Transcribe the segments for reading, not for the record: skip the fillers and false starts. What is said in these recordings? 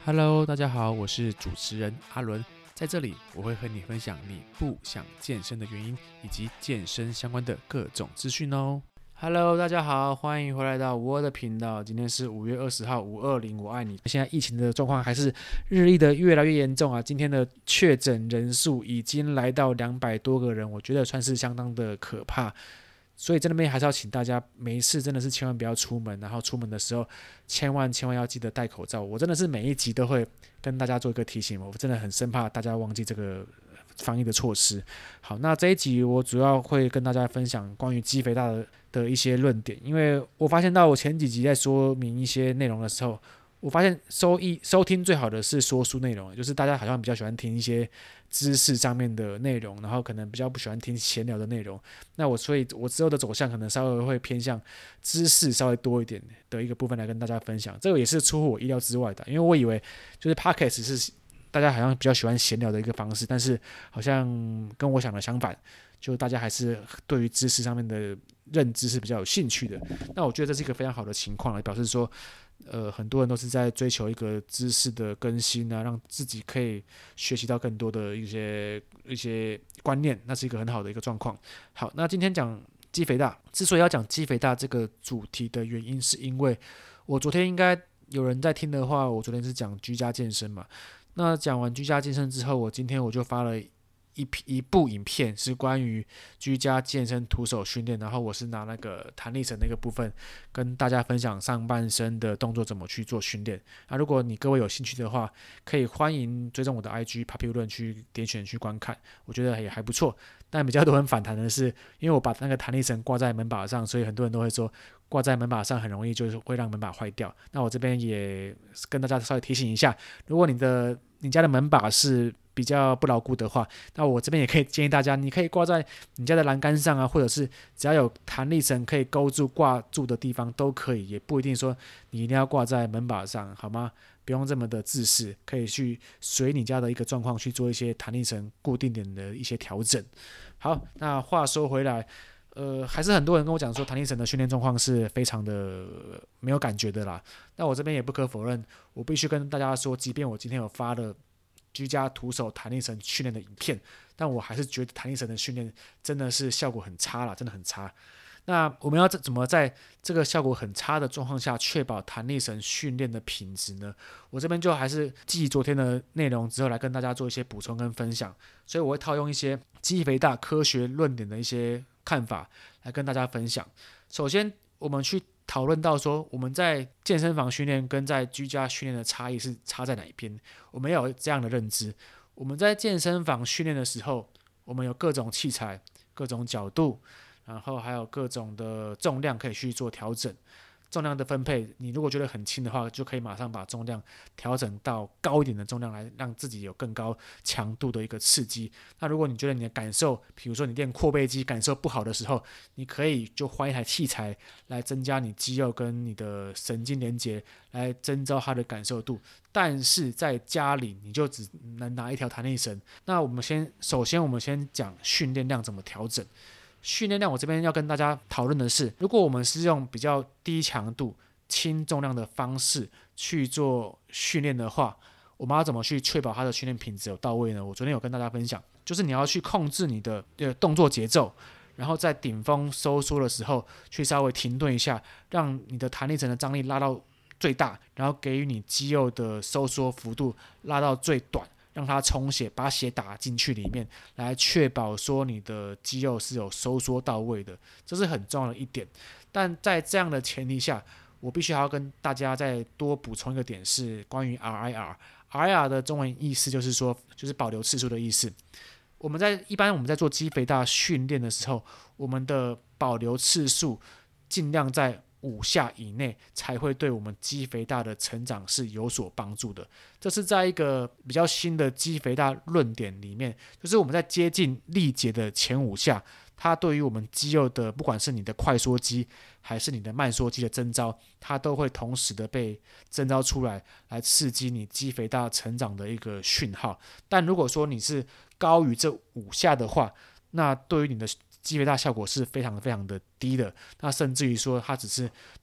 Hello， 大家好，我是主持人阿伦，在这里我会和你分享你不想健身的原因，以及健身相关的各种资讯哦。Hello， 大家好，欢迎回来到我的频道。今天是5月20号，520，我爱你。现在疫情的状况还是日益的越来越严重啊！今天的确诊人数已经来到200多个人，我觉得算是相当的可怕。所以在那边还是要请大家没事真的是千万不要出门，然后出门的时候千万要记得戴口罩。我真的是每一集都会跟大家做一个提醒，我真的很生怕大家忘记这个防疫的措施。好，那这一集我主要会跟大家分享关于肌肥大的一些论点，因为我发现到我前几集在说明一些内容的时候，我发现收听最好的是说书内容，就是大家好像比较喜欢听一些知识上面的内容，然后可能比较不喜欢听闲聊的内容。那所以我之后的走向可能稍微会偏向知识稍微多一点的一个部分来跟大家分享。这个也是出乎我意料之外的，因为我以为就是 Podcast 是大家好像比较喜欢闲聊的一个方式，但是好像跟我想的相反，就大家还是对于知识上面的认知是比较有兴趣的。那我觉得这是一个非常好的情况，表示说很多人都是在追求一个知识的更新啊，让自己可以学习到更多的一些观念，那是一个很好的一个状况。好，那今天讲肌肥大，之所以要讲肌肥大这个主题的原因，是因为我昨天应该有人在听的话，我昨天是讲居家健身嘛。那讲完居家健身之后，今天我就发了一部影片，是关于居家健身徒手训练，然后我是拿那个弹力绳的一个部分跟大家分享上半身的动作怎么去做训练。那如果你各位有兴趣的话，可以欢迎追踪我的 IG Papi 论去点选去观看，我觉得也还不错。但比较多人反弹的是，因为我把那个弹力绳挂在门把上，所以很多人都会说挂在门把上很容易就是会让门把坏掉。那我这边也跟大家稍微提醒一下，如果你家的门把是比较不牢固的话，那我这边也可以建议大家，你可以挂在你家的栏杆上啊，或者是只要有弹力绳可以勾住挂住的地方都可以，也不一定说你一定要挂在门把上，好吗？不用这么的自私，可以去随你家的一个状况去做一些弹力绳固定点的一些调整。好，那话说回来，还是很多人跟我讲说弹力绳的训练状况是非常的没有感觉的啦。那我这边也不可否认，我必须跟大家说，即便我今天有发了居家徒手弹力绳训练的影片，但我还是觉得弹力绳的训练真的是效果很差啦，真的很差。那我们要怎么在这个效果很差的状况下确保弹力绳训练的品质呢？我这边就还是继昨天的内容之后来跟大家做一些补充跟分享，所以我会套用一些肌肥大科学论点的一些看法来跟大家分享。首先我们去讨论到说我们在健身房训练跟在居家训练的差异是差在哪一边，我们要有这样的认知。我们在健身房训练的时候，我们有各种器材各种角度，然后还有各种的重量可以去做调整。重量的分配，你如果觉得很轻的话，就可以马上把重量调整到高一点的重量，来让自己有更高强度的一个刺激。那如果你觉得你的感受，比如说你练阔背肌感受不好的时候，你可以就换一台器材来增加你肌肉跟你的神经连接，来增加它的感受度。但是在家里你就只能拿一条弹力绳。那首先我们先讲训练量怎么调整。训练量我这边要跟大家讨论的是，如果我们是用比较低强度轻重量的方式去做训练的话，我们要怎么去确保它的训练品质有到位呢？我昨天有跟大家分享，就是你要去控制你的动作节奏，然后在顶峰收缩的时候去稍微停顿一下，让你的弹力绳的张力拉到最大，然后给予你肌肉的收缩幅度拉到最短，让它充血，把血打进去里面，来确保说你的肌肉是有收缩到位的，这是很重要的一点。但在这样的前提下，我必须还要跟大家再多补充一个点，是关于 RIR。RIR 的中文意思就是说，就是保留次数的意思。一般我们在做肌肥大训练的时候，我们的保留次数尽量在5下以内，才会对我们肌肥大的成长是有所帮助的。这是在一个比较新的肌肥大论点里面，就是我们在接近力竭的前5下，它对于我们肌肉的不管是你的快缩肌还是你的慢缩肌的征召，它都会同时的被征召出来，来刺激你肌肥大成长的一个讯号。但如果说你是高于这5下的话，那对于你的肌肥大效果是非常非常的低的，那甚至于说它只是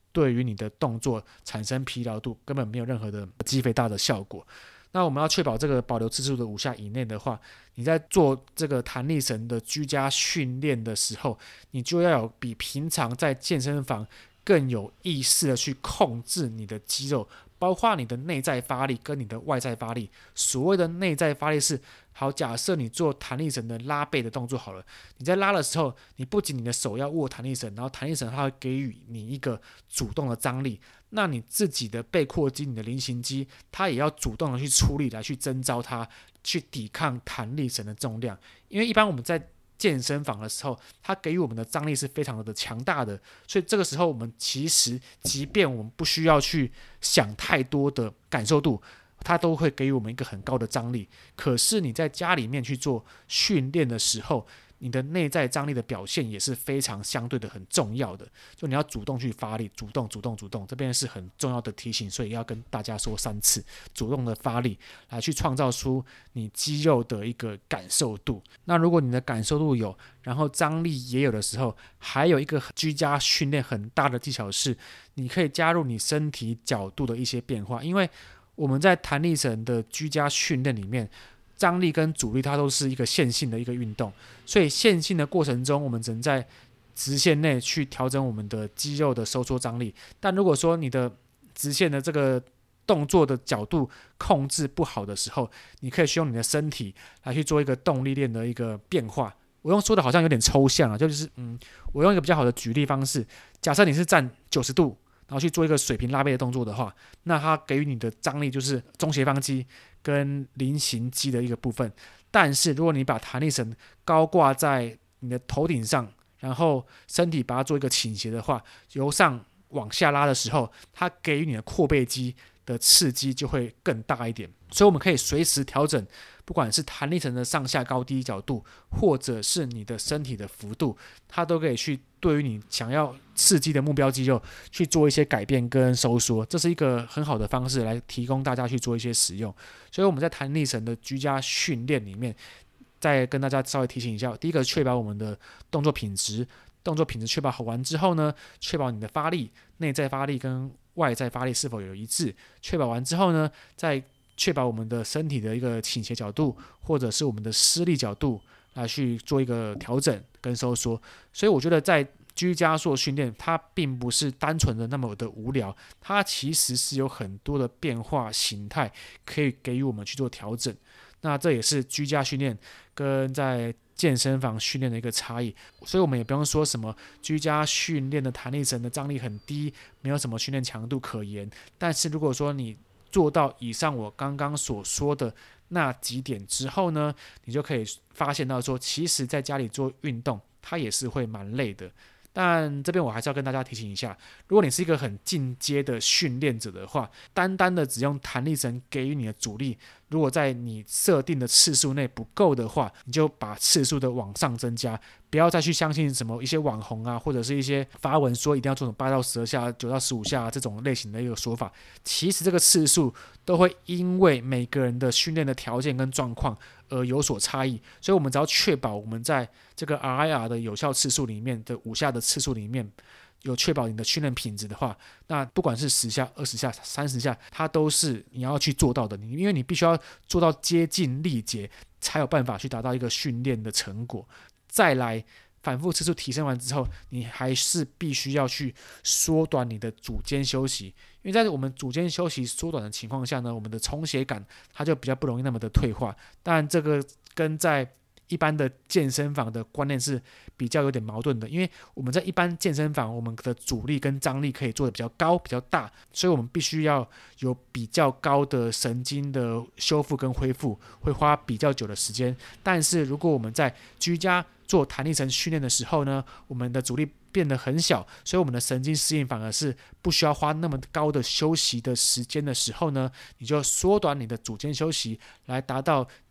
对于你的动作产生疲劳度，根本没有任何的肌肥大的效果。那我们要确保这个保留次数的5下以内的话，你在做这个弹力绳的居家训练的时候，你就要有比平常在健身房更有意识的去控制你的肌肉，包括你的内在发力跟你的外在发力。所谓的内在发力是，好，假设你做弹力绳的拉背的动作好了，你在拉的时候，你不仅你的手要握弹力绳，然后弹力绳它会给予你一个主动的张力，那你自己的背阔肌、你的菱形肌，它也要主动的去出力来去征召它，去抵抗弹力绳的重量。因为一般我们在健身房的时候，它给予我们的张力是非常的强大的，所以这个时候我们其实即便我们不需要去想太多的感受度，它都会给予我们一个很高的张力。可是你在家里面去做训练的时候，你的内在张力的表现也是非常相对的很重要的，就你要主动去发力，主动，这边是很重要的提醒，所以要跟大家说3次，主动的发力来去创造出你肌肉的一个感受度。那如果你的感受度有，然后张力也有的时候，还有一个居家训练很大的技巧是，你可以加入你身体角度的一些变化，因为我们在弹力绳的居家训练里面，张力跟阻力它都是一个线性的一个运动，所以线性的过程中，我们只能在直线内去调整我们的肌肉的收缩张力。但如果说你的直线的这个动作的角度控制不好的时候，你可以用你的身体来去做一个动力链的一个变化。我用说的好像有点抽象啊，就是我用一个比较好的举例方式，假设你是站90度，然后去做一个水平拉背的动作的话，那它给予你的张力就是中斜方肌跟菱形肌的一个部分。但是如果你把弹力绳高挂在你的头顶上，然后身体把它做一个倾斜的话，由上往下拉的时候，它给予你的阔背肌的刺激就会更大一点。所以我们可以随时调整，不管是弹力绳的上下高低角度，或者是你的身体的幅度，它都可以去对于你想要刺激的目标肌肉去做一些改变跟收缩，这是一个很好的方式来提供大家去做一些使用。所以我们在弹力绳的居家训练里面，再跟大家稍微提醒一下，第一个确保我们的动作品质确保好完之后呢，确保你的发力内在发力跟外在发力是否有一致，确保完之后呢，再确保我们的身体的一个倾斜角度或者是我们的施力角度来去做一个调整跟收缩。所以我觉得在居家做训练，它并不是单纯的那么的无聊，它其实是有很多的变化形态可以给予我们去做调整。那这也是居家训练跟在健身房训练的一个差异，所以我们也不用说什么居家训练的弹力绳的张力很低，没有什么训练强度可言。但是如果说你做到以上我刚刚所说的那几点之后呢，你就可以发现到说，其实在家里做运动它也是会蛮累的。但这边我还是要跟大家提醒一下，如果你是一个很进阶的训练者的话，单单的只用弹力绳给予你的阻力，如果在你设定的次数内不够的话，你就把次数的往上增加，不要再去相信什么一些网红啊，或者是一些发文说一定要做8到12下、9到15下这种类型的一个说法。其实这个次数都会因为每个人的训练的条件跟状况而有所差异，所以我们只要确保我们在这个 RIR 的有效次数里面的5下的次数里面有确保你的训练品质的话，那不管是10下、20下、30下，它都是你要去做到的。因为你必须要做到接近力竭，才有办法去达到一个训练的成果。再来反复次数提升完之后，你还是必须要去缩短你的组间休息，因为在我们组间休息缩短的情况下呢，我们的充血感它就比较不容易那么的退化。当然这个跟在一般的健身房的观念是比较有点矛盾的，因为我们在一般健身房，我们的阻力跟张力可以做得比较高、比较大，所以我们必须要有比较高的神经的修复跟恢复，会花比较久的时间。但是如果我们在居家做弹力绳训练的时候呢，我们的阻力变得很小，所以我们的神经适应反而是不需要花那么高的休息的时间的时候呢，你就缩短你的组间休息，来达到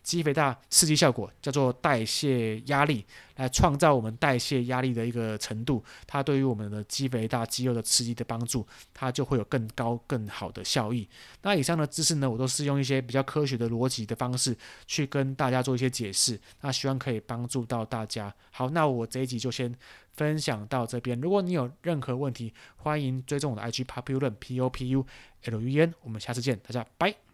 肌肥大刺激效果，叫做代谢压力，来创造我们代谢压力的一个程度，它对于我们的肌肥大肌肉的刺激的帮助，它就会有更高更好的效益。那以上的知识呢，我都是用一些比较科学的逻辑的方式去跟大家做一些解释，那希望可以帮助到大家。好，那我这一集就先分享到这边。如果你有任何问题，欢迎追踪我的 IG populuen POPULUN，我们下次见，大家拜。